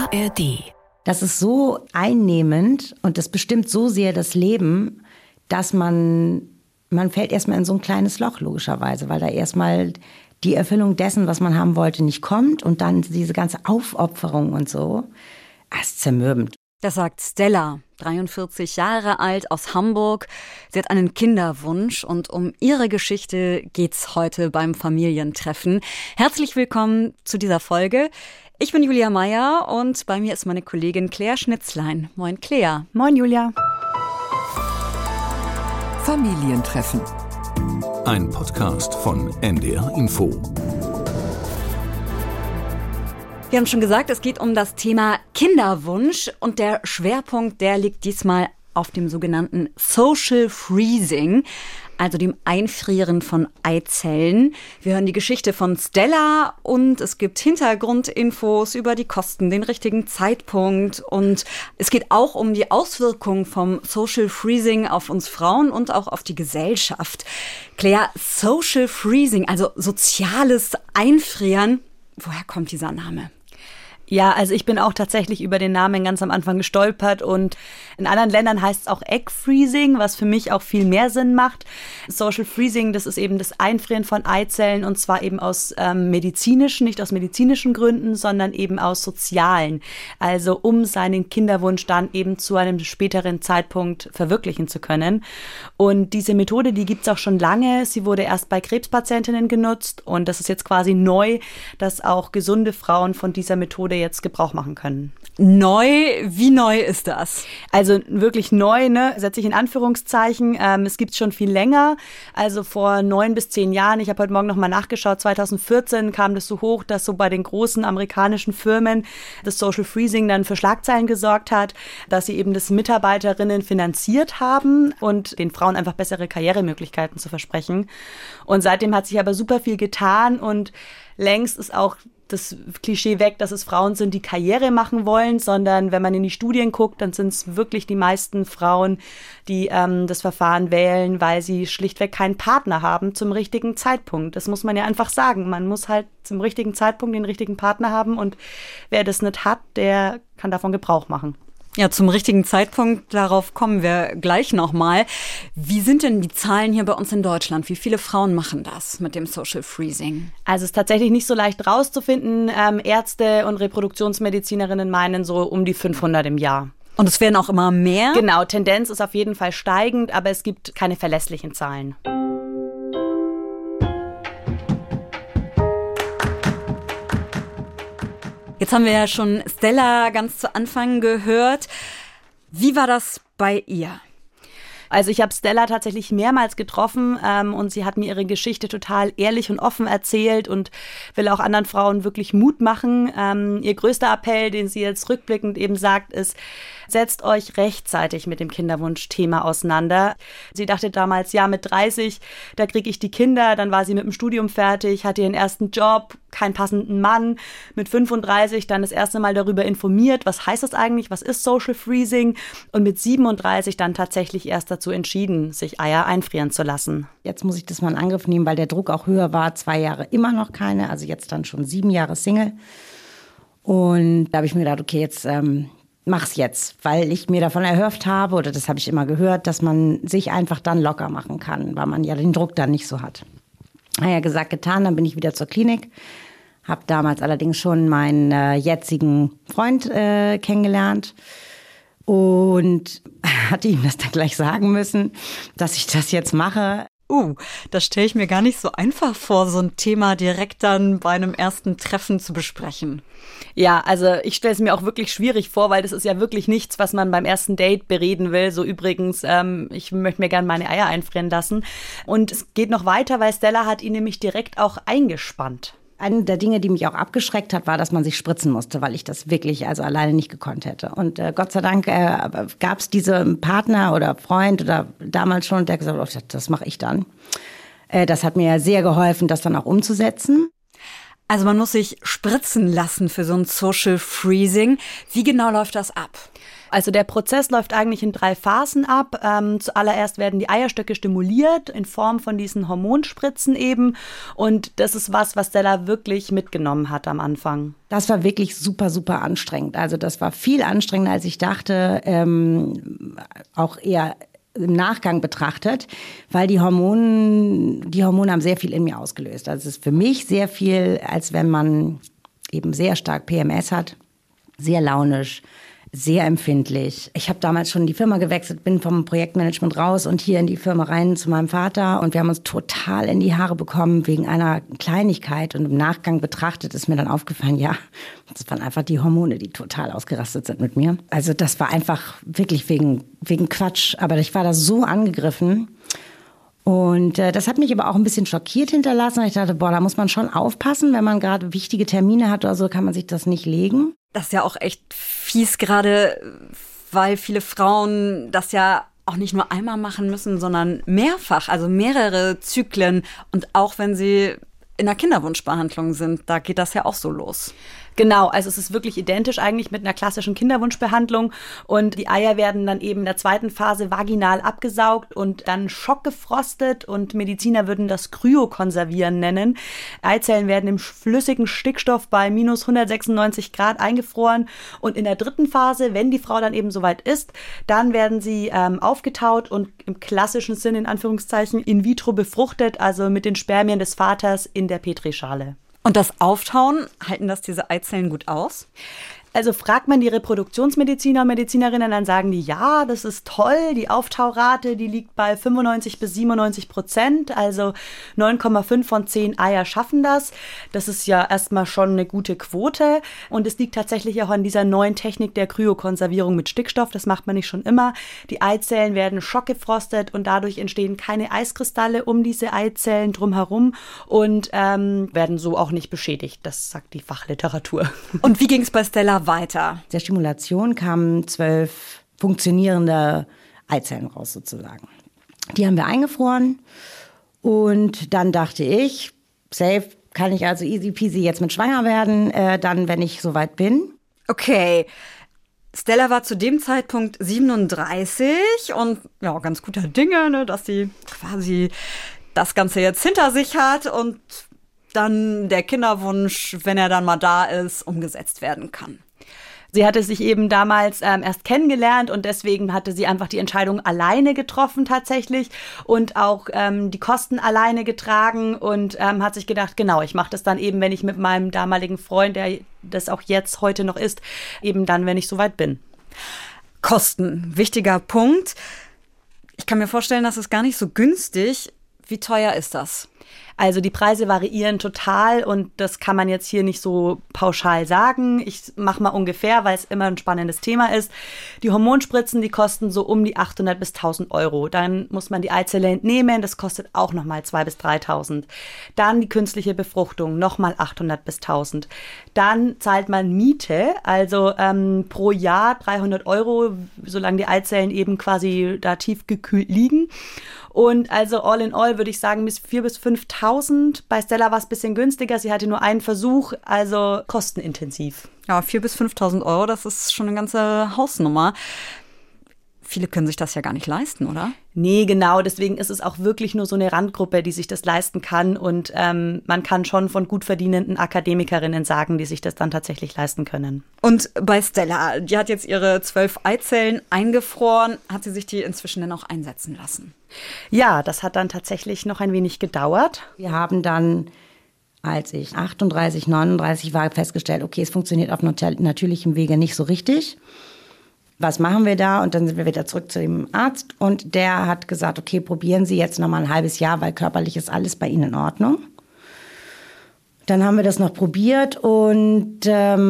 ARD. Das ist so einnehmend und das bestimmt so sehr das Leben, dass man fällt erstmal in so ein kleines Loch, logischerweise, weil da erstmal die Erfüllung dessen, was man haben wollte, nicht kommt und dann diese ganze Aufopferung und so. Das ist zermürbend. Das sagt Stella, 43 Jahre alt, aus Hamburg. Sie hat einen Kinderwunsch und um ihre Geschichte geht's heute beim Familientreffen. Herzlich willkommen zu dieser Folge. Ich bin Julia Meyer und bei mir ist meine Kollegin Claire Schnitzlein. Moin Claire. Moin Julia. Familientreffen. Ein Podcast von NDR Info. Wir haben schon gesagt, es geht um das Thema Kinderwunsch und der Schwerpunkt, der liegt diesmal auf dem sogenannten Social Freezing, also dem Einfrieren von Eizellen. Wir hören die Geschichte von Stella und es gibt Hintergrundinfos über die Kosten, den richtigen Zeitpunkt und es geht auch um die Auswirkungen vom Social Freezing auf uns Frauen und auch auf die Gesellschaft. Claire, Social Freezing, also soziales Einfrieren, woher kommt dieser Name? Ja, also ich bin auch tatsächlich über den Namen ganz am Anfang gestolpert und in anderen Ländern heißt es auch Egg Freezing, was für mich auch viel mehr Sinn macht. Social Freezing, das ist eben das Einfrieren von Eizellen und zwar eben aus nicht aus medizinischen Gründen, sondern eben aus sozialen. Also um seinen Kinderwunsch dann eben zu einem späteren Zeitpunkt verwirklichen zu können. Und diese Methode, die gibt's auch schon lange. Sie wurde erst bei Krebspatientinnen genutzt und das ist jetzt quasi neu, dass auch gesunde Frauen von dieser Methode jetzt Gebrauch machen können. Neu? Wie neu ist das? Also wirklich neu, ne? Setze ich in Anführungszeichen. Es gibt es schon viel länger, also vor 9 bis 10 Jahren. Ich habe heute Morgen nochmal nachgeschaut, 2014 kam das so hoch, dass so bei den großen amerikanischen Firmen das Social Freezing dann für Schlagzeilen gesorgt hat, dass sie eben das Mitarbeiterinnen finanziert haben und den Frauen einfach bessere Karrieremöglichkeiten zu versprechen. Und seitdem hat sich aber super viel getan und längst ist auch das Klischee weg, dass es Frauen sind, die Karriere machen wollen, sondern wenn man in die Studien guckt, dann sind es wirklich die meisten Frauen, die das Verfahren wählen, weil sie schlichtweg keinen Partner haben zum richtigen Zeitpunkt. Das muss man ja einfach sagen. Man muss halt zum richtigen Zeitpunkt den richtigen Partner haben und wer das nicht hat, der kann davon Gebrauch machen. Ja, zum richtigen Zeitpunkt, darauf kommen wir gleich nochmal. Wie sind denn die Zahlen hier bei uns in Deutschland? Wie viele Frauen machen das mit dem Social Freezing? Also es ist tatsächlich nicht so leicht rauszufinden. Ärzte und Reproduktionsmedizinerinnen meinen so um die 500 im Jahr. Und es werden auch immer mehr? Genau, Tendenz ist auf jeden Fall steigend, aber es gibt keine verlässlichen Zahlen. Jetzt haben wir ja schon Stella ganz zu Anfang gehört. Wie war das bei ihr? Also ich habe Stella tatsächlich mehrmals getroffen und sie hat mir ihre Geschichte total ehrlich und offen erzählt und will auch anderen Frauen wirklich Mut machen. Ihr größter Appell, den sie jetzt rückblickend eben sagt, ist, setzt euch rechtzeitig mit dem Kinderwunschthema auseinander. Sie dachte damals, ja, mit 30, da kriege ich die Kinder. Dann war sie mit dem Studium fertig, hatte ihren ersten Job, keinen passenden Mann. Mit 35 dann das erste Mal darüber informiert, was heißt das eigentlich, was ist Social Freezing? Und mit 37 dann tatsächlich erst dazu entschieden, sich Eier einfrieren zu lassen. Jetzt muss ich das mal in Angriff nehmen, weil der Druck auch höher war. 2 Jahre immer noch keine, also jetzt dann schon 7 Jahre Single. Und da habe ich mir gedacht, okay, jetzt mach's jetzt, weil ich mir davon erhofft habe, oder das habe ich immer gehört, dass man sich einfach dann locker machen kann, weil man ja den Druck dann nicht so hat. Naja, gesagt, getan, dann bin ich wieder zur Klinik. Habe damals allerdings schon meinen jetzigen Freund kennengelernt und hatte ihm das dann gleich sagen müssen, dass ich das jetzt mache. Das stelle ich mir gar nicht so einfach vor, so ein Thema direkt dann bei einem ersten Treffen zu besprechen. Ja, also ich stelle es mir auch wirklich schwierig vor, weil das ist ja wirklich nichts, was man beim ersten Date bereden will. So übrigens, ich möchte mir gerne meine Eier einfrieren lassen. Und es geht noch weiter, weil Stella hat ihn nämlich direkt auch eingespannt. Eine der Dinge, die mich auch abgeschreckt hat, war, dass man sich spritzen musste, weil ich das wirklich alleine nicht gekonnt hätte. Und Gott sei Dank gab es diesen Partner oder Freund oder damals schon, der gesagt hat, das mache ich dann. Das hat mir sehr geholfen, das dann auch umzusetzen. Also man muss sich spritzen lassen für so ein Social Freezing. Wie genau läuft das ab? Also der Prozess läuft eigentlich in 3 Phasen ab. Zuallererst werden die Eierstöcke stimuliert in Form von diesen Hormonspritzen eben. Und das ist was Stella wirklich mitgenommen hat am Anfang. Das war wirklich super, super anstrengend. Also das war viel anstrengender, als ich dachte, auch eher im Nachgang betrachtet, weil die Hormone haben sehr viel in mir ausgelöst. Also es ist für mich sehr viel, als wenn man eben sehr stark PMS hat, sehr launisch, sehr empfindlich. Ich habe damals schon die Firma gewechselt, bin vom Projektmanagement raus und hier in die Firma rein zu meinem Vater. Und wir haben uns total in die Haare bekommen wegen einer Kleinigkeit. Und im Nachgang betrachtet ist mir dann aufgefallen, ja, das waren einfach die Hormone, die total ausgerastet sind mit mir. Also das war einfach wirklich wegen Quatsch. Aber ich war da so angegriffen. Und das hat mich aber auch ein bisschen schockiert hinterlassen. Ich dachte, da muss man schon aufpassen, wenn man gerade wichtige Termine hat oder so, kann man sich das nicht legen. Das ist ja auch echt fies gerade, weil viele Frauen das ja auch nicht nur einmal machen müssen, sondern mehrfach, also mehrere Zyklen. Und auch wenn sie in der Kinderwunschbehandlung sind, da geht das ja auch so los. Genau, also es ist wirklich identisch eigentlich mit einer klassischen Kinderwunschbehandlung und die Eier werden dann eben in der 2. Phase vaginal abgesaugt und dann schockgefrostet und Mediziner würden das Kryokonservieren nennen. Eizellen werden im flüssigen Stickstoff bei minus 196 Grad eingefroren und in der 3. Phase, wenn die Frau dann eben soweit ist, dann werden sie aufgetaut und im klassischen Sinn in Anführungszeichen in vitro befruchtet, also mit den Spermien des Vaters in der Petrischale. Und das Auftauen, halten das diese Eizellen gut aus? Also fragt man die Reproduktionsmediziner und Medizinerinnen, dann sagen die, ja, das ist toll. Die Auftaurate, die liegt bei 95-97%. Also 9,5 von 10 Eier schaffen das. Das ist ja erstmal schon eine gute Quote. Und es liegt tatsächlich auch an dieser neuen Technik der Kryokonservierung mit Stickstoff. Das macht man nicht schon immer. Die Eizellen werden schockgefrostet und dadurch entstehen keine Eiskristalle um diese Eizellen drumherum und werden so auch nicht beschädigt. Das sagt die Fachliteratur. Und wie ging es bei Stella weiter? Der Stimulation kamen 12 funktionierende Eizellen raus sozusagen. Die haben wir eingefroren und dann dachte ich, safe, kann ich also easy peasy jetzt mit schwanger werden, dann, wenn ich soweit bin. Okay, Stella war zu dem Zeitpunkt 37 und ja, ganz guter Dinge, ne, dass sie quasi das Ganze jetzt hinter sich hat und dann der Kinderwunsch, wenn er dann mal da ist, umgesetzt werden kann. Sie hatte sich eben damals erst kennengelernt und deswegen hatte sie einfach die Entscheidung alleine getroffen tatsächlich und auch die Kosten alleine getragen und hat sich gedacht, genau, ich mache das dann eben, wenn ich mit meinem damaligen Freund, der das auch jetzt heute noch ist, eben dann, wenn ich soweit bin. Kosten, wichtiger Punkt. Ich kann mir vorstellen, das ist gar nicht so günstig. Wie teuer ist das? Also die Preise variieren total und das kann man jetzt hier nicht so pauschal sagen. Ich mache mal ungefähr, weil es immer ein spannendes Thema ist. Die Hormonspritzen, die kosten so um die 800 bis 1000 Euro. Dann muss man die Eizelle entnehmen, das kostet auch nochmal 2.000 bis 3.000. Dann die künstliche Befruchtung, nochmal 800 bis 1000. Dann zahlt man Miete, also pro Jahr 300 Euro, solange die Eizellen eben quasi da tiefgekühlt liegen. Und also all in all würde ich sagen bis 4.000 bis 5.000. Bei Stella war es ein bisschen günstiger. Sie hatte nur einen Versuch, also kostenintensiv. Ja, 4.000 bis 5.000 Euro, das ist schon eine ganze Hausnummer. Viele können sich das ja gar nicht leisten, oder? Nee, genau. Deswegen ist es auch wirklich nur so eine Randgruppe, die sich das leisten kann. Und man kann schon von gut verdienenden Akademikerinnen sagen, die sich das dann tatsächlich leisten können. Und bei Stella, die hat jetzt ihre 12 Eizellen eingefroren. Hat sie sich die inzwischen denn auch einsetzen lassen? Ja, das hat dann tatsächlich noch ein wenig gedauert. Wir haben dann, als ich 38, 39 war, festgestellt, okay, es funktioniert auf natürlichem Wege nicht so richtig. Was machen wir da? Und dann sind wir wieder zurück zu dem Arzt und der hat gesagt, okay, probieren Sie jetzt noch mal ein halbes Jahr, weil körperlich ist alles bei Ihnen in Ordnung. Dann haben wir das noch probiert und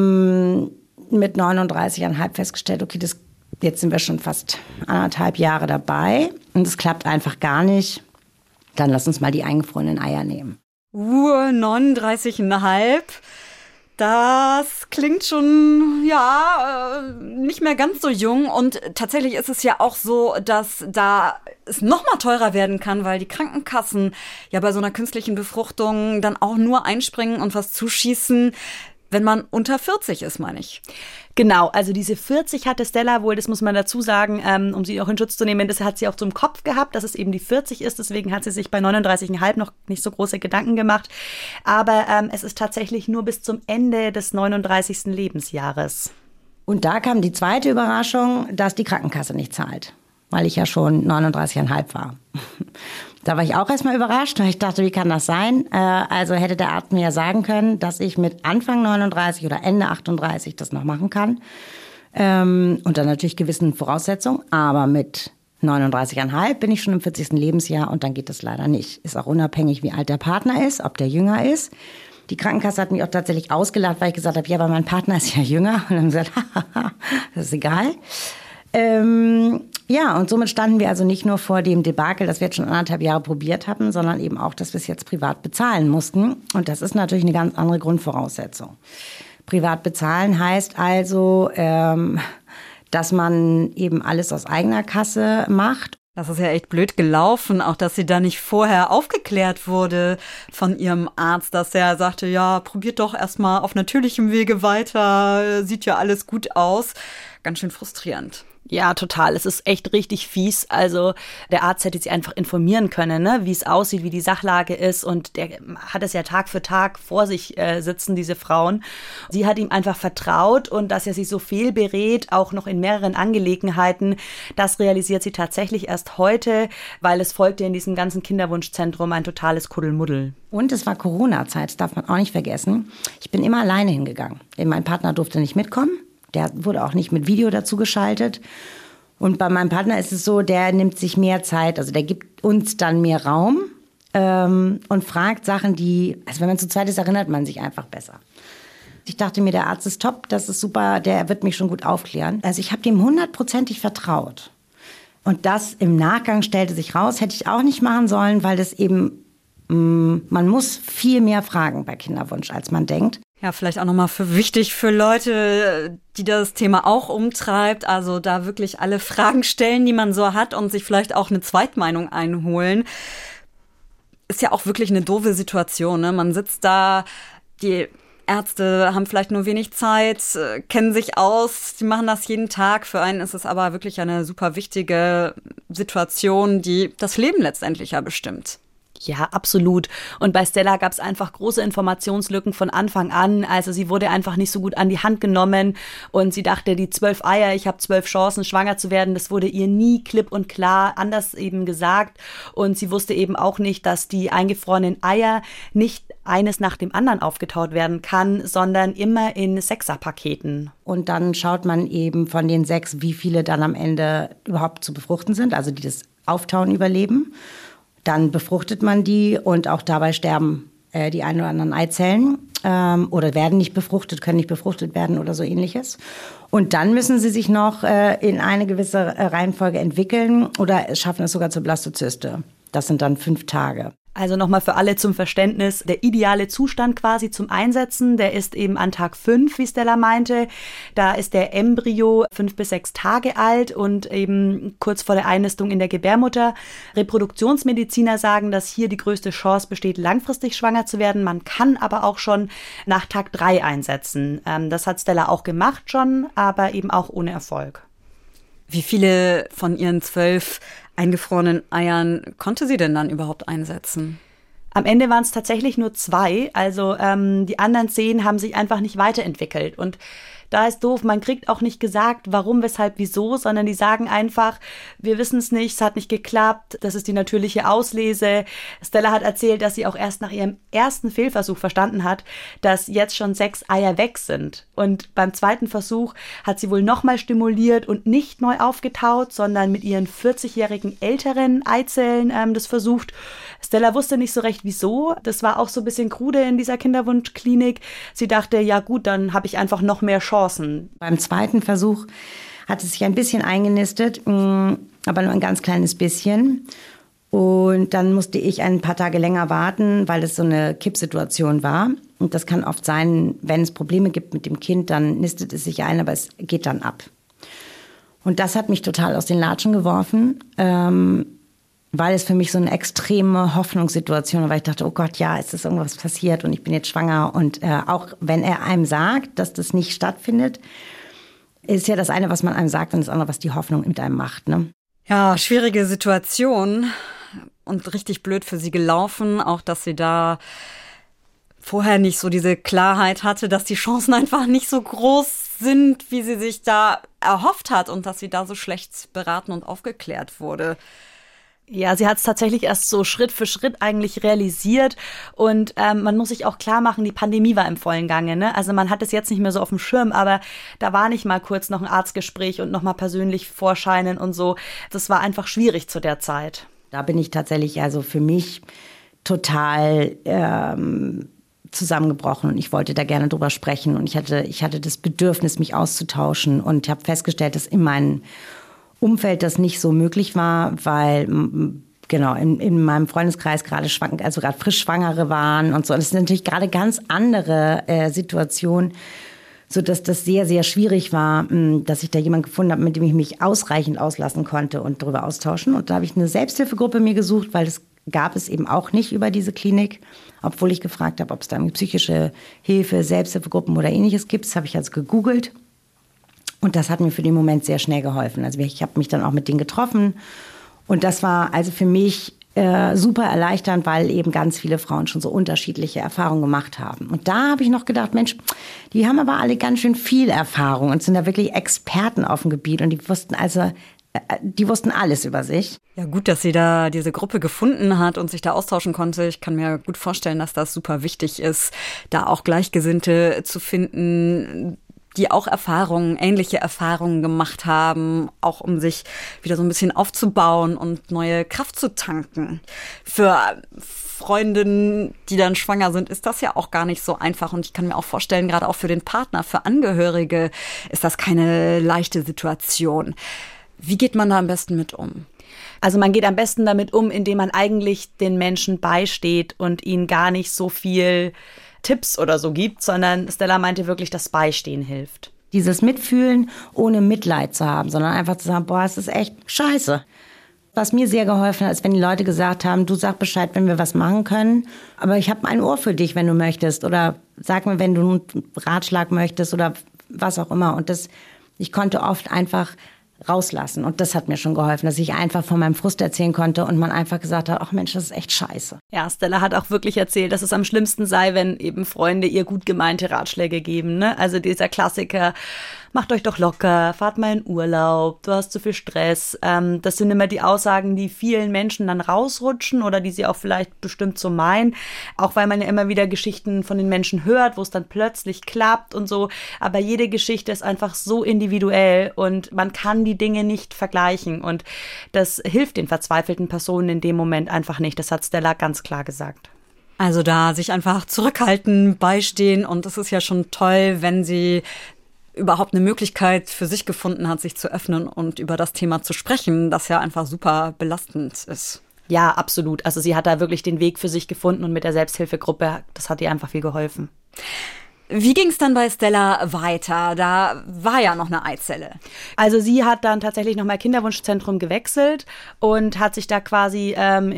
mit 39,5 festgestellt, okay, jetzt sind wir schon fast 1,5 Jahre dabei und es klappt einfach gar nicht. Dann lass uns mal die eingefrorenen Eier nehmen. 39,5. Das klingt schon, nicht mehr ganz so jung. Und tatsächlich ist es ja auch so, dass da es noch mal teurer werden kann, weil die Krankenkassen ja bei so einer künstlichen Befruchtung dann auch nur einspringen und was zuschießen, wenn man unter 40 ist, meine ich. Genau, also diese 40 hatte Stella wohl, das muss man dazu sagen, um sie auch in Schutz zu nehmen, das hat sie auch zum Kopf gehabt, dass es eben die 40 ist, deswegen hat sie sich bei 39,5 noch nicht so große Gedanken gemacht. Aber es ist tatsächlich nur bis zum Ende des 39. Lebensjahres. Und da kam die zweite Überraschung, dass die Krankenkasse nicht zahlt, weil ich ja schon 39,5 war. Da war ich auch erstmal überrascht, weil ich dachte, wie kann das sein? Also hätte der Arzt mir ja sagen können, dass ich mit Anfang 39 oder Ende 38 das noch machen kann. Unter natürlich gewissen Voraussetzungen. Aber mit 39,5 bin ich schon im 40. Lebensjahr und dann geht das leider nicht. Ist auch unabhängig, wie alt der Partner ist, ob der jünger ist. Die Krankenkasse hat mich auch tatsächlich ausgelacht, weil ich gesagt habe, ja, aber mein Partner ist ja jünger. Und dann haben sie gesagt, das ist egal. Ja, und somit standen wir also nicht nur vor dem Debakel, das wir jetzt schon 1,5 Jahre probiert hatten, sondern eben auch, dass wir es jetzt privat bezahlen mussten. Und das ist natürlich eine ganz andere Grundvoraussetzung. Privat bezahlen heißt also, dass man eben alles aus eigener Kasse macht. Das ist ja echt blöd gelaufen, auch dass sie da nicht vorher aufgeklärt wurde von ihrem Arzt, dass er sagte, ja, probiert doch erstmal auf natürlichem Wege weiter, sieht ja alles gut aus. Ganz schön frustrierend. Ja, total. Es ist echt richtig fies. Also der Arzt hätte sie einfach informieren können, ne, wie es aussieht, wie die Sachlage ist. Und der hat es ja Tag für Tag vor sich sitzen, diese Frauen. Sie hat ihm einfach vertraut und dass er sie so viel berät, auch noch in mehreren Angelegenheiten, das realisiert sie tatsächlich erst heute, weil es folgte in diesem ganzen Kinderwunschzentrum ein totales Kuddelmuddel. Und es war Corona-Zeit, das darf man auch nicht vergessen. Ich bin immer alleine hingegangen. Mein Partner durfte nicht mitkommen. Der wurde auch nicht mit Video dazu geschaltet. Und bei meinem Partner ist es so, der nimmt sich mehr Zeit, also der gibt uns dann mehr Raum und fragt Sachen, also wenn man zu zweit ist, erinnert man sich einfach besser. Ich dachte mir, der Arzt ist top, das ist super, der wird mich schon gut aufklären. Also ich habe dem 100%ig vertraut. Und das im Nachgang stellte sich raus, hätte ich auch nicht machen sollen, weil das eben, man muss viel mehr fragen bei Kinderwunsch, als man denkt. Ja, vielleicht auch nochmal wichtig für Leute, die das Thema auch umtreibt. Also da wirklich alle Fragen stellen, die man so hat und sich vielleicht auch eine Zweitmeinung einholen. Ist ja auch wirklich eine doofe Situation, ne? Man sitzt da, die Ärzte haben vielleicht nur wenig Zeit, kennen sich aus, die machen das jeden Tag. Für einen ist es aber wirklich eine super wichtige Situation, die das Leben letztendlich ja bestimmt. Ja, absolut. Und bei Stella gab es einfach große Informationslücken von Anfang an. Also sie wurde einfach nicht so gut an die Hand genommen und sie dachte, die 12 Eier, ich habe 12 Chancen, schwanger zu werden, das wurde ihr nie klipp und klar anders eben gesagt. Und sie wusste eben auch nicht, dass die eingefrorenen Eier nicht eines nach dem anderen aufgetaut werden kann, sondern immer in 6er-Paketen. Und dann schaut man eben von den 6, wie viele dann am Ende überhaupt zu befruchten sind, also die das Auftauen überleben. Dann befruchtet man die und auch dabei sterben die ein oder anderen Eizellen oder werden nicht befruchtet, können nicht befruchtet werden oder so ähnliches. Und dann müssen sie sich noch in eine gewisse Reihenfolge entwickeln oder schaffen es sogar zur Blastozyste. Das sind dann 5 Tage. Also nochmal für alle zum Verständnis, der ideale Zustand quasi zum Einsetzen, der ist eben an Tag 5, wie Stella meinte. Da ist der Embryo 5 bis 6 Tage alt und eben kurz vor der Einnistung in der Gebärmutter. Reproduktionsmediziner sagen, dass hier die größte Chance besteht, langfristig schwanger zu werden. Man kann aber auch schon nach Tag 3 einsetzen. Das hat Stella auch gemacht schon, aber eben auch ohne Erfolg. Wie viele von ihren 12 eingefrorenen Eiern konnte sie denn dann überhaupt einsetzen? Am Ende waren es tatsächlich nur 2. Also die anderen 10 haben sich einfach nicht weiterentwickelt. Und da ist doof, man kriegt auch nicht gesagt, warum, weshalb, wieso, sondern die sagen einfach, wir wissen es nicht, es hat nicht geklappt, das ist die natürliche Auslese. Stella hat erzählt, dass sie auch erst nach ihrem ersten Fehlversuch verstanden hat, dass jetzt schon 6 Eier weg sind. Und beim zweiten Versuch hat sie wohl nochmal stimuliert und nicht neu aufgetaut, sondern mit ihren 40-jährigen älteren Eizellen das versucht. Stella wusste nicht so recht, wieso. Das war auch so ein bisschen krude in dieser Kinderwunschklinik. Sie dachte, ja gut, dann habe ich einfach noch mehr Chancen. Beim zweiten Versuch hat es sich ein bisschen eingenistet, aber nur ein ganz kleines bisschen. Und dann musste ich ein paar Tage länger warten, weil es so eine Kippsituation war. Und das kann oft sein, wenn es Probleme gibt mit dem Kind, dann nistet es sich ein, aber es geht dann ab. Und das hat mich total aus den Latschen geworfen, weil es für mich so eine extreme Hoffnungssituation war, weil ich dachte, oh Gott, ja, ist das irgendwas passiert und ich bin jetzt schwanger. Und auch wenn er einem sagt, dass das nicht stattfindet, ist ja das eine, was man einem sagt, und das andere, was die Hoffnung mit einem macht, ne? Ja, schwierige Situation und richtig blöd für sie gelaufen, auch dass sie da vorher nicht so diese Klarheit hatte, dass die Chancen einfach nicht so groß sind, wie sie sich da erhofft hat und dass sie da so schlecht beraten und aufgeklärt wurde. Ja, sie hat es tatsächlich erst so Schritt für Schritt eigentlich realisiert und man muss sich auch klar machen, die Pandemie war im vollen Gange, ne? Also man hat es jetzt nicht mehr so auf dem Schirm, aber da war nicht mal kurz noch ein Arztgespräch und noch mal persönlich vorscheinen und so. Das war einfach schwierig zu der Zeit. Da bin ich tatsächlich also für mich total zusammengebrochen und ich wollte da gerne drüber sprechen und ich hatte das Bedürfnis, mich auszutauschen und ich habe festgestellt, dass in meinem Umfeld das nicht so möglich war, weil genau in meinem Freundeskreis gerade frisch Schwangere waren und so. Und das ist natürlich gerade ganz andere Situation, so dass das sehr, sehr schwierig war, dass ich da jemanden gefunden habe, mit dem ich mich ausreichend auslassen konnte und darüber austauschen. Und da habe ich eine Selbsthilfegruppe mir gesucht, weil das gab es eben auch nicht über diese Klinik, obwohl ich gefragt habe, ob es da psychische Hilfe, Selbsthilfegruppen oder Ähnliches gibt. Das habe ich also gegoogelt. Und das hat mir für den Moment sehr schnell geholfen. Also ich habe mich dann auch mit denen getroffen. Und das war also für mich super erleichternd, weil eben ganz viele Frauen schon so unterschiedliche Erfahrungen gemacht haben. Und da habe ich noch gedacht, Mensch, die haben aber alle ganz schön viel Erfahrung und sind da wirklich Experten auf dem Gebiet. Und die wussten alles über sich. Ja, gut, dass sie da diese Gruppe gefunden hat und sich da austauschen konnte. Ich kann mir gut vorstellen, dass das super wichtig ist, da auch Gleichgesinnte zu finden, die auch ähnliche Erfahrungen gemacht haben, auch um sich wieder so ein bisschen aufzubauen und neue Kraft zu tanken. Für Freundinnen, die dann schwanger sind, ist das ja auch gar nicht so einfach. Und ich kann mir auch vorstellen, gerade auch für den Partner, für Angehörige ist das keine leichte Situation. Wie geht man da am besten mit um? Also man geht am besten damit um, indem man eigentlich den Menschen beisteht und ihnen gar nicht so viel Tipps oder so gibt, sondern Stella meinte wirklich, dass Beistehen hilft. Dieses Mitfühlen ohne Mitleid zu haben, sondern einfach zu sagen, boah, es ist echt scheiße. Was mir sehr geholfen hat, ist, wenn die Leute gesagt haben, du sag Bescheid, wenn wir was machen können, aber ich habe ein Ohr für dich, wenn du möchtest, oder sag mir, wenn du einen Ratschlag möchtest oder was auch immer. Und ich konnte oft einfach rauslassen. Und das hat mir schon geholfen, dass ich einfach von meinem Frust erzählen konnte und man einfach gesagt hat, ach Mensch, das ist echt scheiße. Ja, Stella hat auch wirklich erzählt, dass es am schlimmsten sei, wenn eben Freunde ihr gut gemeinte Ratschläge geben, ne? Also dieser Klassiker, macht euch doch locker, fahrt mal in Urlaub, du hast zu viel Stress. Das sind immer die Aussagen, die vielen Menschen dann rausrutschen oder die sie auch vielleicht bestimmt so meinen. Auch weil man ja immer wieder Geschichten von den Menschen hört, wo es dann plötzlich klappt und so. Aber jede Geschichte ist einfach so individuell und man kann die Dinge nicht vergleichen. Und das hilft den verzweifelten Personen in dem Moment einfach nicht. Das hat Stella ganz klar gesagt. Also da sich einfach zurückhalten, beistehen. Und es ist ja schon toll, wenn sie überhaupt eine Möglichkeit für sich gefunden hat, sich zu öffnen und über das Thema zu sprechen, das ja einfach super belastend ist. Ja, absolut. Also sie hat da wirklich den Weg für sich gefunden und mit der Selbsthilfegruppe, das hat ihr einfach viel geholfen. Wie ging es dann bei Stella weiter? Da war ja noch eine Eizelle. Also sie hat dann tatsächlich nochmal Kinderwunschzentrum gewechselt und hat sich da quasi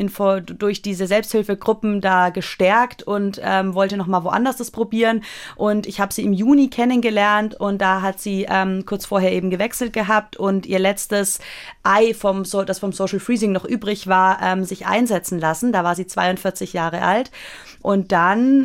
durch diese Selbsthilfegruppen da gestärkt und wollte nochmal woanders das probieren. Und ich habe sie im Juni kennengelernt und da hat sie kurz vorher eben gewechselt gehabt und ihr letztes Ei, das vom Social Freezing noch übrig war, sich einsetzen lassen. Da war sie 42 Jahre alt. Und dann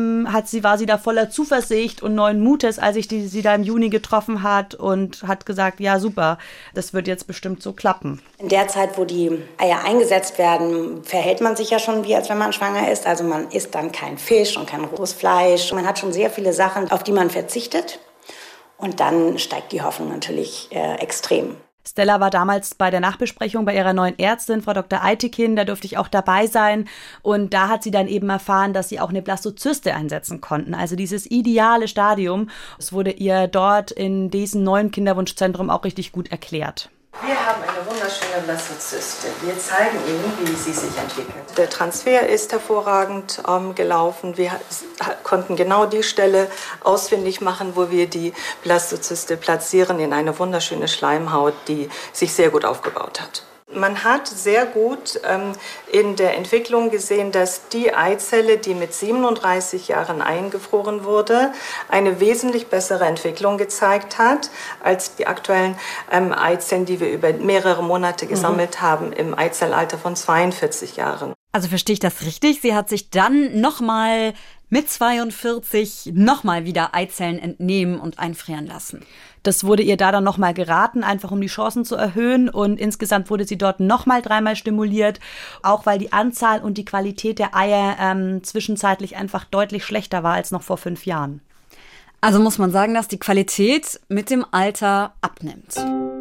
war sie da voller Zuversicht und neuen Mutes, als ich sie da im Juni getroffen hat und hat gesagt, ja super, das wird jetzt bestimmt so klappen. In der Zeit, wo die Eier eingesetzt werden, verhält man sich ja schon wie, als wenn man schwanger ist. Also man isst dann kein Fisch und kein rohes Fleisch. Man hat schon sehr viele Sachen, auf die man verzichtet. Und dann steigt die Hoffnung natürlich extrem. Stella war damals bei der Nachbesprechung bei ihrer neuen Ärztin, Frau Dr. Eitekin, da durfte ich auch dabei sein. Und da hat sie dann eben erfahren, dass sie auch eine Blastozyste einsetzen konnten. Also dieses ideale Stadium. Es wurde ihr dort in diesem neuen Kinderwunschzentrum auch richtig gut erklärt. Wir haben eine wunderschöne Blastozyste. Wir zeigen Ihnen, wie sie sich entwickelt. Der Transfer ist hervorragend gelaufen. Wir konnten genau die Stelle ausfindig machen, wo wir die Blastozyste platzieren, in eine wunderschöne Schleimhaut, die sich sehr gut aufgebaut hat. Man hat sehr gut in der Entwicklung gesehen, dass die Eizelle, die mit 37 Jahren eingefroren wurde, eine wesentlich bessere Entwicklung gezeigt hat als die aktuellen Eizellen, die wir über mehrere Monate gesammelt haben im Eizellalter von 42 Jahren. Also verstehe ich das richtig? Sie hat sich dann nochmal mit 42 nochmal wieder Eizellen entnehmen und einfrieren lassen. Das wurde ihr da dann nochmal geraten, einfach um die Chancen zu erhöhen. Und insgesamt wurde sie dort nochmal 3-mal stimuliert, auch weil die Anzahl und die Qualität der Eier zwischenzeitlich einfach deutlich schlechter war als noch vor 5 Jahren. Also muss man sagen, dass die Qualität mit dem Alter abnimmt.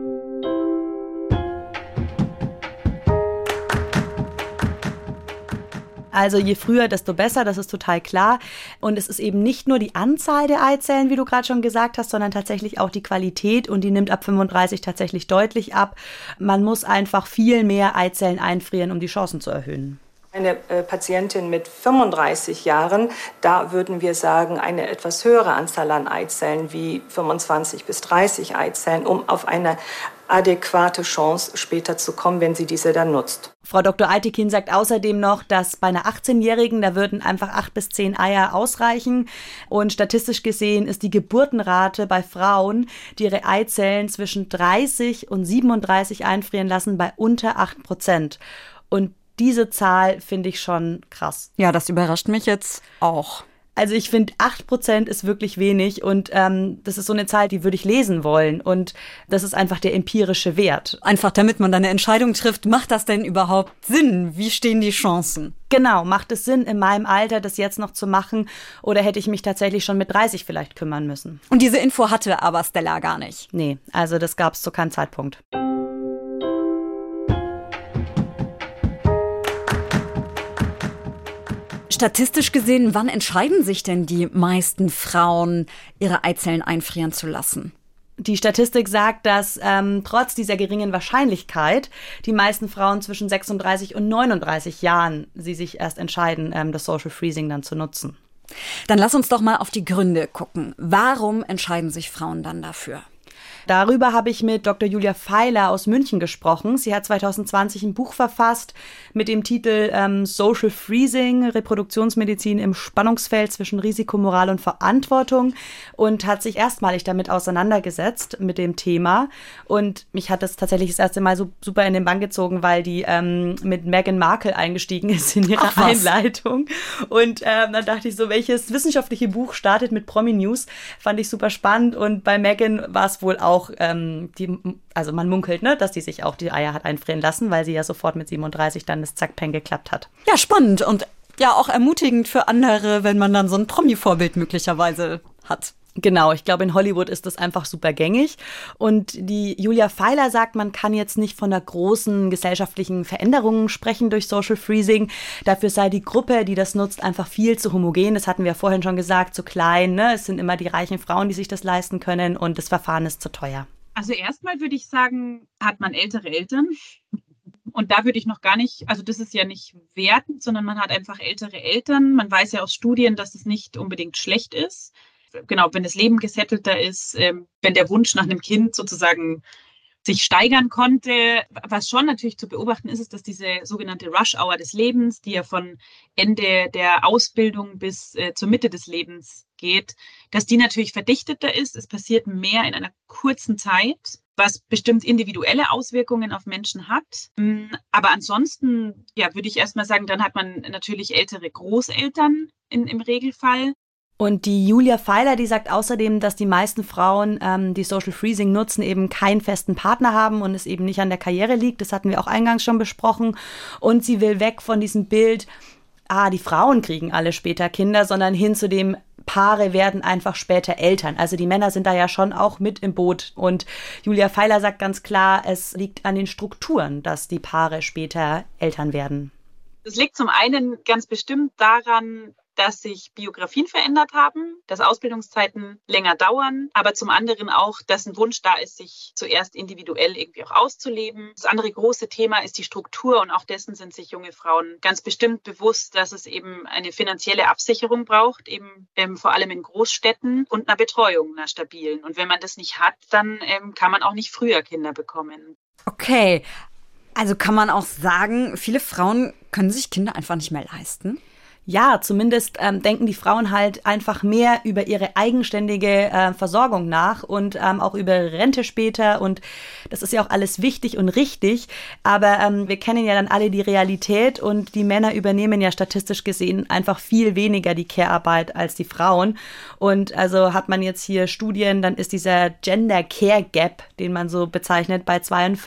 Also je früher, desto besser, das ist total klar. Und es ist eben nicht nur die Anzahl der Eizellen, wie du gerade schon gesagt hast, sondern tatsächlich auch die Qualität. Und die nimmt ab 35 tatsächlich deutlich ab. Man muss einfach viel mehr Eizellen einfrieren, um die Chancen zu erhöhen. Eine Patientin mit 35 Jahren, da würden wir sagen, eine etwas höhere Anzahl an Eizellen wie 25 bis 30 Eizellen, um auf eine adäquate Chance später zu kommen, wenn sie diese dann nutzt. Frau Dr. Aytekin sagt außerdem noch, dass bei einer 18-Jährigen, da würden einfach 8 bis 10 Eier ausreichen. Und statistisch gesehen ist die Geburtenrate bei Frauen, die ihre Eizellen zwischen 30 und 37 einfrieren lassen, bei unter 8%. Und diese Zahl finde ich schon krass. Ja, das überrascht mich jetzt auch. Also ich finde, 8% ist wirklich wenig und das ist so eine Zahl, die würde ich lesen wollen. Und das ist einfach der empirische Wert. Einfach damit man dann eine Entscheidung trifft, macht das denn überhaupt Sinn? Wie stehen die Chancen? Genau, macht es Sinn, in meinem Alter das jetzt noch zu machen oder hätte ich mich tatsächlich schon mit 30 vielleicht kümmern müssen? Und diese Info hatte aber Stella gar nicht. Nee, also das gab es zu keinem Zeitpunkt. Statistisch gesehen, wann entscheiden sich denn die meisten Frauen, ihre Eizellen einfrieren zu lassen? Die Statistik sagt, dass trotz dieser geringen Wahrscheinlichkeit die meisten Frauen zwischen 36 und 39 Jahren sie sich erst entscheiden, das Social Freezing dann zu nutzen. Dann lass uns doch mal auf die Gründe gucken. Warum entscheiden sich Frauen dann dafür? Darüber habe ich mit Dr. Julia Feiler aus München gesprochen. Sie hat 2020 ein Buch verfasst mit dem Titel Social Freezing, Reproduktionsmedizin im Spannungsfeld zwischen Risiko, Moral und Verantwortung und hat sich erstmalig damit auseinandergesetzt mit dem Thema. Und mich hat das tatsächlich das erste Mal so super in den Bann gezogen, weil die mit Meghan Markle eingestiegen ist in ihre Einleitung. Und dann dachte ich so, welches wissenschaftliche Buch startet mit Promi-News? Fand ich super spannend. Und bei Meghan war es wohl auch also man munkelt, ne, dass die sich auch die Eier hat einfrieren lassen, weil sie ja sofort mit 37 dann das Zack-Peng geklappt hat. Ja, spannend und ja auch ermutigend für andere, wenn man dann so ein Promi-Vorbild möglicherweise hat. Genau, ich glaube, in Hollywood ist das einfach super gängig. Und die Julia Feiler sagt, man kann jetzt nicht von einer großen gesellschaftlichen Veränderung sprechen durch Social Freezing. Dafür sei die Gruppe, die das nutzt, einfach viel zu homogen. Das hatten wir ja vorhin schon gesagt, zu klein. Ne? Es sind immer die reichen Frauen, die sich das leisten können und das Verfahren ist zu teuer. Also erstmal würde ich sagen, hat man ältere Eltern. Und da würde ich noch gar nicht, also das ist ja nicht wertend, sondern man hat einfach ältere Eltern. Man weiß ja aus Studien, dass es nicht unbedingt schlecht ist. Genau, wenn das Leben gesettelter ist, wenn der Wunsch nach einem Kind sozusagen sich steigern konnte. Was schon natürlich zu beobachten ist, ist, dass diese sogenannte Rush-Hour des Lebens, die ja von Ende der Ausbildung bis zur Mitte des Lebens geht, dass die natürlich verdichteter ist. Es passiert mehr in einer kurzen Zeit, was bestimmt individuelle Auswirkungen auf Menschen hat. Aber ansonsten, ja, würde ich erstmal sagen, dann hat man natürlich ältere Großeltern im Regelfall. Und die Julia Feiler, die sagt außerdem, dass die meisten Frauen, die Social Freezing nutzen, eben keinen festen Partner haben und es eben nicht an der Karriere liegt. Das hatten wir auch eingangs schon besprochen. Und sie will weg von diesem Bild, die Frauen kriegen alle später Kinder, sondern hin zu dem, Paare werden einfach später Eltern. Also die Männer sind da ja schon auch mit im Boot. Und Julia Feiler sagt ganz klar, es liegt an den Strukturen, dass die Paare später Eltern werden. Das liegt zum einen ganz bestimmt daran, dass sich Biografien verändert haben, dass Ausbildungszeiten länger dauern, aber zum anderen auch, dass ein Wunsch da ist, sich zuerst individuell irgendwie auch auszuleben. Das andere große Thema ist die Struktur und auch dessen sind sich junge Frauen ganz bestimmt bewusst, dass es eben eine finanzielle Absicherung braucht, eben vor allem in Großstädten und einer Betreuung, einer stabilen. Und wenn man das nicht hat, dann kann man auch nicht früher Kinder bekommen. Okay, also kann man auch sagen, viele Frauen können sich Kinder einfach nicht mehr leisten? Ja, zumindest denken die Frauen halt einfach mehr über ihre eigenständige Versorgung nach und auch über ihre Rente später. Und das ist ja auch alles wichtig und richtig. Aber wir kennen ja dann alle die Realität und die Männer übernehmen ja statistisch gesehen einfach viel weniger die Care-Arbeit als die Frauen. Und also hat man jetzt hier Studien, dann ist dieser Gender Care Gap, den man so bezeichnet, bei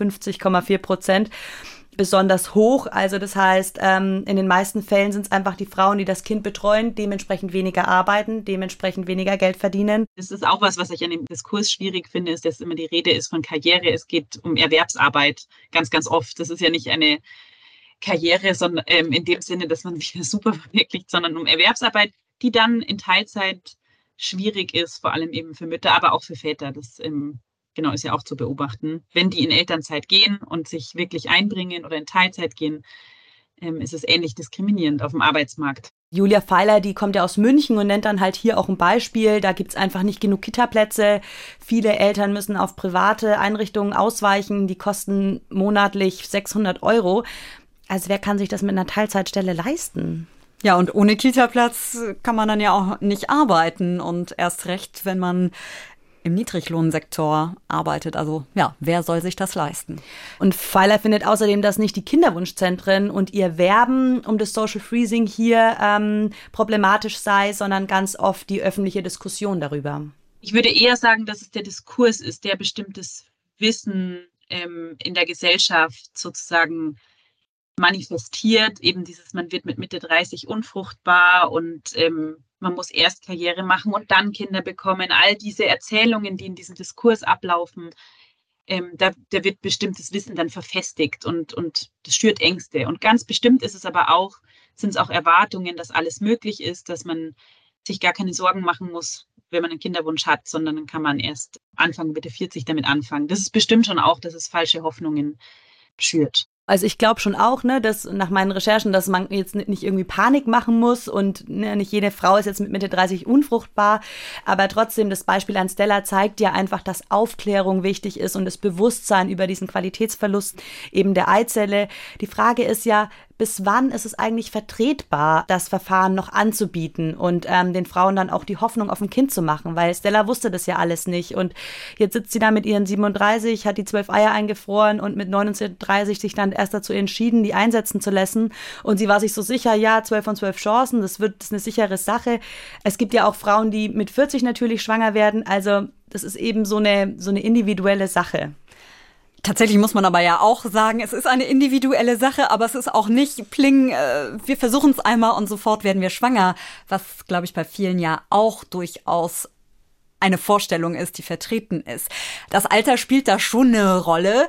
52,4%. besonders hoch. Also das heißt, in den meisten Fällen sind es einfach die Frauen, die das Kind betreuen, dementsprechend weniger arbeiten, dementsprechend weniger Geld verdienen. Das ist auch was ich an dem Diskurs schwierig finde, ist, dass immer die Rede ist von Karriere. Es geht um Erwerbsarbeit ganz, ganz oft. Das ist ja nicht eine Karriere, sondern in dem Sinne, dass man sich super verwirklicht, sondern um Erwerbsarbeit, die dann in Teilzeit schwierig ist, vor allem eben für Mütter, aber auch für Väter. Das genau, ist ja auch zu beobachten. Wenn die in Elternzeit gehen und sich wirklich einbringen oder in Teilzeit gehen, ist es ähnlich diskriminierend auf dem Arbeitsmarkt. Julia Feiler, die kommt ja aus München und nennt dann halt hier auch ein Beispiel. Da gibt es einfach nicht genug Kita-Plätze. Viele Eltern müssen auf private Einrichtungen ausweichen. Die kosten monatlich 600 €. Also wer kann sich das mit einer Teilzeitstelle leisten? Ja, und ohne Kita-Platz kann man dann ja auch nicht arbeiten. Und erst recht, wenn man im Niedriglohnsektor arbeitet. Also ja, wer soll sich das leisten? Und Feiler findet außerdem, dass nicht die Kinderwunschzentren und ihr Werben um das Social Freezing hier problematisch sei, sondern ganz oft die öffentliche Diskussion darüber. Ich würde eher sagen, dass es der Diskurs ist, der bestimmtes Wissen in der Gesellschaft sozusagen manifestiert. Eben dieses, man wird mit Mitte 30 unfruchtbar und man muss erst Karriere machen und dann Kinder bekommen. All diese Erzählungen, die in diesem Diskurs ablaufen, da wird bestimmtes Wissen dann verfestigt und das schürt Ängste. Und ganz bestimmt sind es auch Erwartungen, dass alles möglich ist, dass man sich gar keine Sorgen machen muss, wenn man einen Kinderwunsch hat, sondern dann kann man erst Anfang Mitte 40 damit anfangen. Das ist bestimmt schon auch, dass es falsche Hoffnungen schürt. Also ich glaube schon auch, dass nach meinen Recherchen, dass man jetzt nicht irgendwie Panik machen muss und nicht jede Frau ist jetzt mit Mitte 30 unfruchtbar, aber trotzdem das Beispiel an Stella zeigt ja einfach, dass Aufklärung wichtig ist und das Bewusstsein über diesen Qualitätsverlust eben der Eizelle. Die Frage ist ja, bis wann ist es eigentlich vertretbar, das Verfahren noch anzubieten und den Frauen dann auch die Hoffnung auf ein Kind zu machen, weil Stella wusste das ja alles nicht und jetzt sitzt sie da mit ihren 37, hat die 12 Eier eingefroren und mit 39 sich dann erst dazu entschieden, die einsetzen zu lassen und sie war sich so sicher, ja, 12 von 12 Chancen, das ist eine sichere Sache. Es gibt ja auch Frauen, die mit 40 natürlich schwanger werden, also das ist eben so eine individuelle Sache. Tatsächlich muss man aber ja auch sagen, es ist eine individuelle Sache, aber es ist auch nicht pling, wir versuchen es einmal und sofort werden wir schwanger, was, glaube ich, bei vielen ja auch durchaus eine Vorstellung ist, die vertreten ist. Das Alter spielt da schon eine Rolle.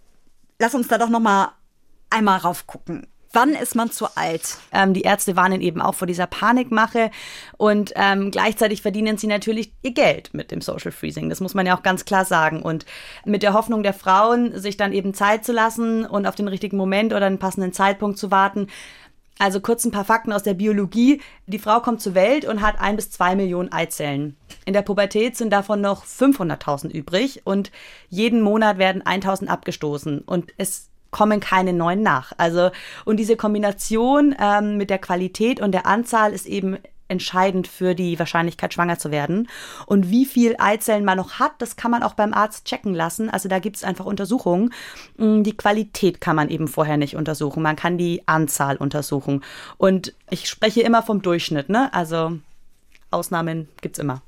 Lass uns da doch noch mal einmal raufgucken. Wann ist man zu alt? Die Ärzte warnen eben auch vor dieser Panikmache und gleichzeitig verdienen sie natürlich ihr Geld mit dem Social Freezing. Das muss man ja auch ganz klar sagen. Und mit der Hoffnung der Frauen, sich dann eben Zeit zu lassen und auf den richtigen Moment oder einen passenden Zeitpunkt zu warten. Also kurz ein paar Fakten aus der Biologie. Die Frau kommt zur Welt und hat 1 bis 2 Millionen Eizellen. In der Pubertät sind davon noch 500.000 übrig und jeden Monat werden 1.000 abgestoßen. Und es kommen keine neuen nach. Also, und diese Kombination mit der Qualität und der Anzahl ist eben entscheidend für die Wahrscheinlichkeit, schwanger zu werden. Und wie viel Eizellen man noch hat, das kann man auch beim Arzt checken lassen. Also da gibt es einfach Untersuchungen. Die Qualität kann man eben vorher nicht untersuchen. Man kann die Anzahl untersuchen. Und ich spreche immer vom Durchschnitt, Also Ausnahmen gibt's immer.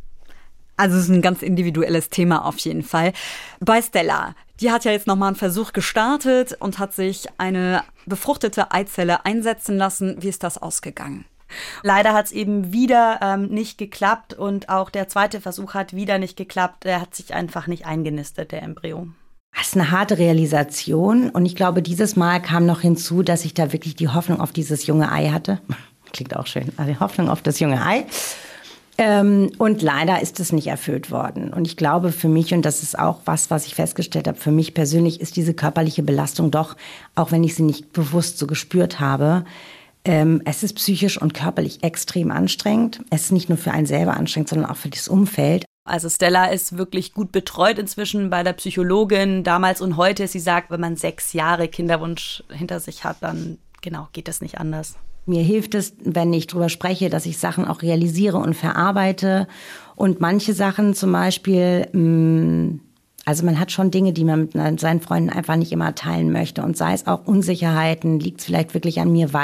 Also es ist ein ganz individuelles Thema auf jeden Fall. Bei Stella, die hat ja jetzt nochmal einen Versuch gestartet und hat sich eine befruchtete Eizelle einsetzen lassen. Wie ist das ausgegangen? Leider hat es eben wieder nicht geklappt und auch der zweite Versuch hat wieder nicht geklappt. Er hat sich einfach nicht eingenistet, der Embryo. Das ist eine harte Realisation und ich glaube, dieses Mal kam noch hinzu, dass ich da wirklich die Hoffnung auf dieses junge Ei hatte. klingt auch schön. Also Hoffnung auf das junge Ei. Und leider ist es nicht erfüllt worden. Und ich glaube für mich, und das ist auch was ich festgestellt habe, für mich persönlich ist diese körperliche Belastung doch, auch wenn ich sie nicht bewusst so gespürt habe, es ist psychisch und körperlich extrem anstrengend. Es ist nicht nur für einen selber anstrengend, sondern auch für das Umfeld. Also Stella ist wirklich gut betreut inzwischen bei der Psychologin damals und heute. Sie sagt, wenn man 6 Jahre Kinderwunsch hinter sich hat, dann geht das nicht anders. Mir hilft es, wenn ich drüber spreche, dass ich Sachen auch realisiere und verarbeite. Und manche Sachen zum Beispiel, also man hat schon Dinge, die man mit seinen Freunden einfach nicht immer teilen möchte. Und sei es auch Unsicherheiten, liegt es vielleicht wirklich an mir,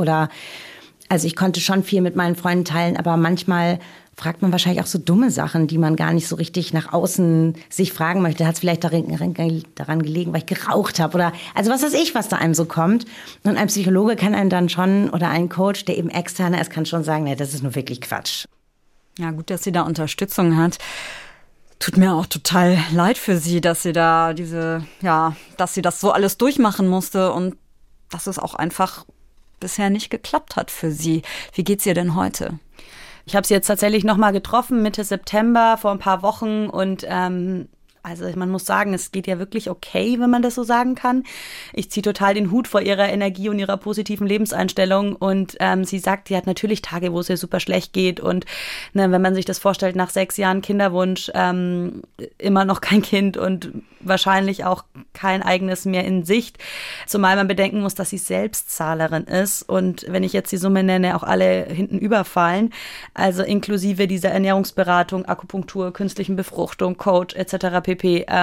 also ich konnte schon viel mit meinen Freunden teilen, aber manchmal fragt man wahrscheinlich auch so dumme Sachen, die man gar nicht so richtig nach außen sich fragen möchte. Hat es vielleicht daran gelegen, weil ich geraucht habe oder also was weiß ich, was da einem so kommt. Und ein Psychologe kann einem dann schon oder ein Coach, der eben externer ist, kann schon sagen, nee, das ist nur wirklich Quatsch. Ja, gut, dass sie da Unterstützung hat. Tut mir auch total leid für sie, dass sie da dass sie das so alles durchmachen musste und dass es auch einfach bisher nicht geklappt hat für sie. Wie geht's ihr denn heute? Ich habe sie jetzt tatsächlich nochmal getroffen, Mitte September, vor ein paar Wochen und also man muss sagen, es geht ja wirklich okay, wenn man das so sagen kann. Ich ziehe total den Hut vor ihrer Energie und ihrer positiven Lebenseinstellung und sie sagt, sie hat natürlich Tage, wo es ihr super schlecht geht und wenn man sich das vorstellt, nach 6 Jahren Kinderwunsch immer noch kein Kind und wahrscheinlich auch kein eigenes mehr in Sicht, zumal man bedenken muss, dass sie Selbstzahlerin ist und wenn ich jetzt die Summe nenne, auch alle hinten überfallen, also inklusive dieser Ernährungsberatung, Akupunktur, künstlichen Befruchtung, Coach etc. pp.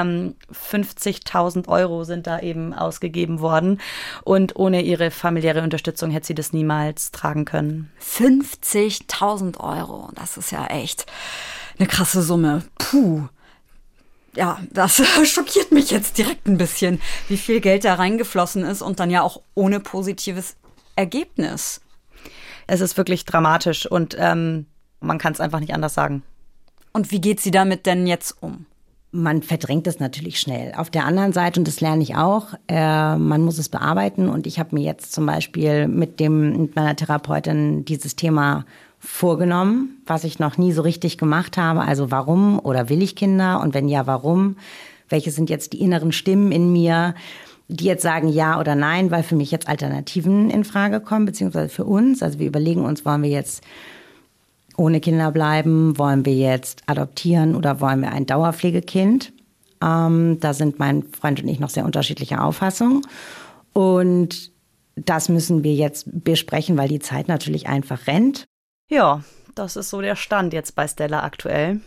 50.000 € sind da eben ausgegeben worden und ohne ihre familiäre Unterstützung hätte sie das niemals tragen können. 50.000 €, das ist ja echt eine krasse Summe. Puh. Ja, das schockiert mich jetzt direkt ein bisschen, wie viel Geld da reingeflossen ist und dann ja auch ohne positives Ergebnis. Es ist wirklich dramatisch und man kann es einfach nicht anders sagen. Und wie geht sie damit denn jetzt um? Man verdrängt es natürlich schnell. Auf der anderen Seite, und das lerne ich auch, man muss es bearbeiten. Und ich habe mir jetzt zum Beispiel mit meiner Therapeutin dieses Thema vorgenommen, was ich noch nie so richtig gemacht habe. Also warum oder will ich Kinder? Und wenn ja, warum? Welche sind jetzt die inneren Stimmen in mir, die jetzt sagen ja oder nein, weil für mich jetzt Alternativen in Frage kommen, beziehungsweise für uns. Also wir überlegen uns, wollen wir jetzt ohne Kinder bleiben? Wollen wir jetzt adoptieren oder wollen wir ein Dauerpflegekind? Da sind mein Freund und ich noch sehr unterschiedlicher Auffassung. Und das müssen wir jetzt besprechen, weil die Zeit natürlich einfach rennt. Ja, das ist so der Stand jetzt bei Stella aktuell.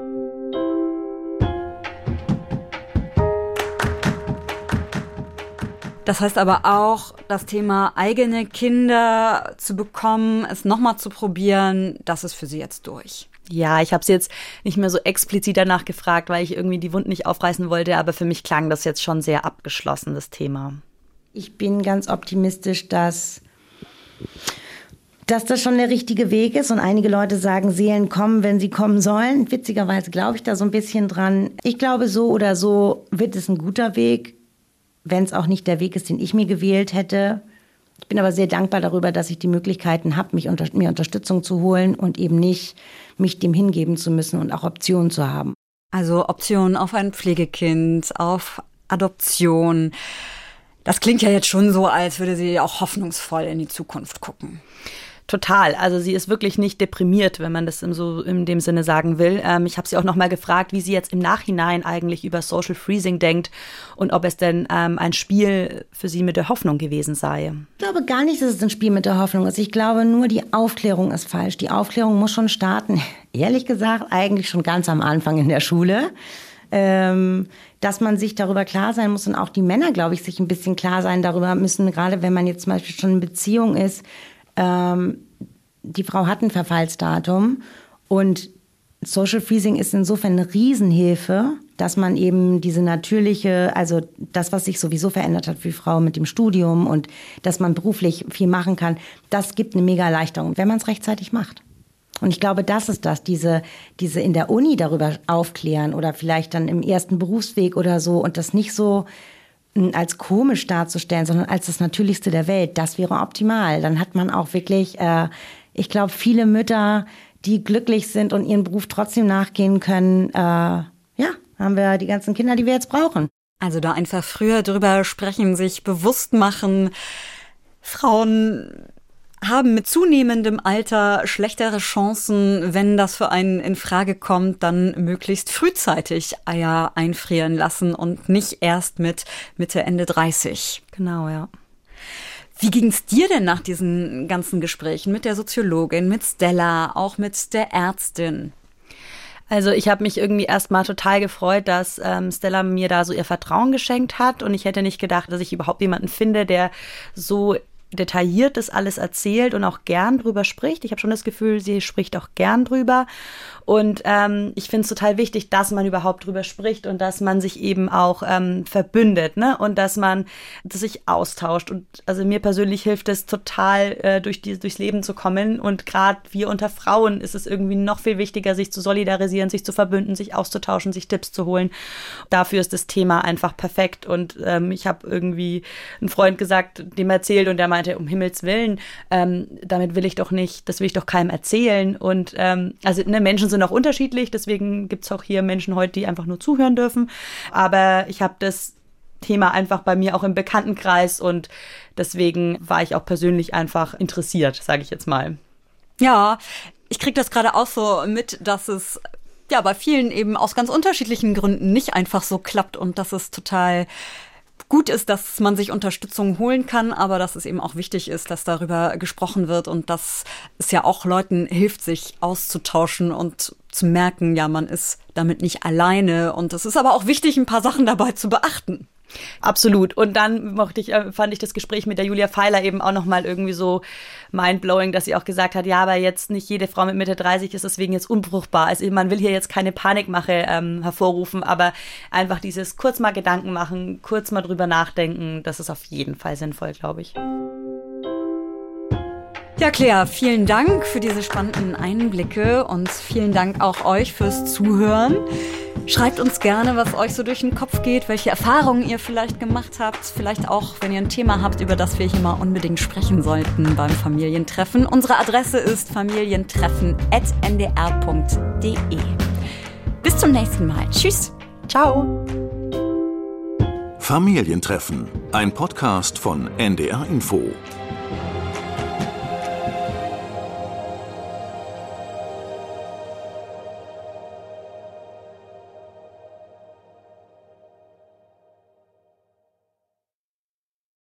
Das heißt aber auch, das Thema eigene Kinder zu bekommen, es nochmal zu probieren, das ist für sie jetzt durch. Ja, ich habe sie jetzt nicht mehr so explizit danach gefragt, weil ich irgendwie die Wunden nicht aufreißen wollte, aber für mich klang das jetzt schon sehr abgeschlossen, das Thema. Ich bin ganz optimistisch, dass das schon der richtige Weg ist und einige Leute sagen, Seelen kommen, wenn sie kommen sollen. Witzigerweise glaube ich da so ein bisschen dran. Ich glaube, so oder so wird es ein guter Weg, wenn es auch nicht der Weg ist, den ich mir gewählt hätte. Ich bin aber sehr dankbar darüber, dass ich die Möglichkeiten habe, mir Unterstützung zu holen und eben nicht mich dem hingeben zu müssen und auch Optionen zu haben. Also Optionen auf ein Pflegekind, auf Adoption. Das klingt ja jetzt schon so, als würde sie auch hoffnungsvoll in die Zukunft gucken. Total. Also sie ist wirklich nicht deprimiert, wenn man das in dem Sinne sagen will. Ich habe sie auch noch mal gefragt, wie sie jetzt im Nachhinein eigentlich über Social Freezing denkt und ob es denn ein Spiel für sie mit der Hoffnung gewesen sei. Ich glaube gar nicht, dass es ein Spiel mit der Hoffnung ist. Ich glaube nur, die Aufklärung ist falsch. Die Aufklärung muss schon starten. Ehrlich gesagt, eigentlich schon ganz am Anfang in der Schule. Dass man sich darüber klar sein muss und auch die Männer, glaube ich, sich ein bisschen klar sein darüber müssen, gerade wenn man jetzt zum Beispiel schon in Beziehung ist. Die Frau hat ein Verfallsdatum und Social Freezing ist insofern eine Riesenhilfe, dass man eben diese natürliche, also das, was sich sowieso verändert hat für die Frau mit dem Studium und dass man beruflich viel machen kann, das gibt eine mega Erleichterung, wenn man es rechtzeitig macht. Und ich glaube, das ist das, diese in der Uni darüber aufklären oder vielleicht dann im ersten Berufsweg oder so und das nicht so als komisch darzustellen, sondern als das Natürlichste der Welt. Das wäre optimal. Dann hat man auch wirklich, ich glaube, viele Mütter, die glücklich sind und ihren Beruf trotzdem nachgehen können, haben wir die ganzen Kinder, die wir jetzt brauchen. Also da einfach früher drüber sprechen, sich bewusst machen. Frauen haben mit zunehmendem Alter schlechtere Chancen, wenn das für einen in Frage kommt, dann möglichst frühzeitig Eier einfrieren lassen und nicht erst mit Mitte, Ende 30. Genau, ja. Wie ging's dir denn nach diesen ganzen Gesprächen mit der Soziologin, mit Stella, auch mit der Ärztin? Also ich habe mich irgendwie erstmal total gefreut, dass Stella mir da so ihr Vertrauen geschenkt hat und ich hätte nicht gedacht, dass ich überhaupt jemanden finde, der so detailliert das alles erzählt und auch gern drüber spricht. Ich habe schon das Gefühl, sie spricht auch gern drüber. Und ich finde es total wichtig, dass man überhaupt drüber spricht und dass man sich eben auch verbündet, ne? Und dass man sich austauscht. Und also mir persönlich hilft es total, durchs Leben zu kommen. Und gerade wir unter Frauen ist es irgendwie noch viel wichtiger, sich zu solidarisieren, sich zu verbünden, sich auszutauschen, sich Tipps zu holen. Dafür ist das Thema einfach perfekt. Und ich habe irgendwie einen Freund gesagt, dem erzählt und der meinte, um Himmels Willen, damit will ich doch nicht, das will ich doch keinem erzählen. Und also Menschen sind auch unterschiedlich, deswegen gibt es auch hier Menschen heute, die einfach nur zuhören dürfen. Aber ich habe das Thema einfach bei mir auch im Bekanntenkreis und deswegen war ich auch persönlich einfach interessiert, sage ich jetzt mal. Ja, ich kriege das gerade auch so mit, dass es ja bei vielen eben aus ganz unterschiedlichen Gründen nicht einfach so klappt und dass es total gut ist, dass man sich Unterstützung holen kann, aber dass es eben auch wichtig ist, dass darüber gesprochen wird und dass es ja auch Leuten hilft, sich auszutauschen und zu merken, ja, man ist damit nicht alleine und es ist aber auch wichtig, ein paar Sachen dabei zu beachten. Absolut. Und dann fand ich das Gespräch mit der Julia Feiler eben auch nochmal irgendwie so mindblowing, dass sie auch gesagt hat, ja, aber jetzt nicht jede Frau mit Mitte 30 ist deswegen jetzt unfruchtbar. Also man will hier jetzt keine Panikmache hervorrufen, aber einfach dieses kurz mal Gedanken machen, kurz mal drüber nachdenken, das ist auf jeden Fall sinnvoll, glaube ich. Ja, Claire, vielen Dank für diese spannenden Einblicke und vielen Dank auch euch fürs Zuhören. Schreibt uns gerne, was euch so durch den Kopf geht, welche Erfahrungen ihr vielleicht gemacht habt. Vielleicht auch, wenn ihr ein Thema habt, über das wir hier mal unbedingt sprechen sollten beim Familientreffen. Unsere Adresse ist familientreffen@ndr.de. Bis zum nächsten Mal. Tschüss. Ciao. Familientreffen, ein Podcast von NDR Info.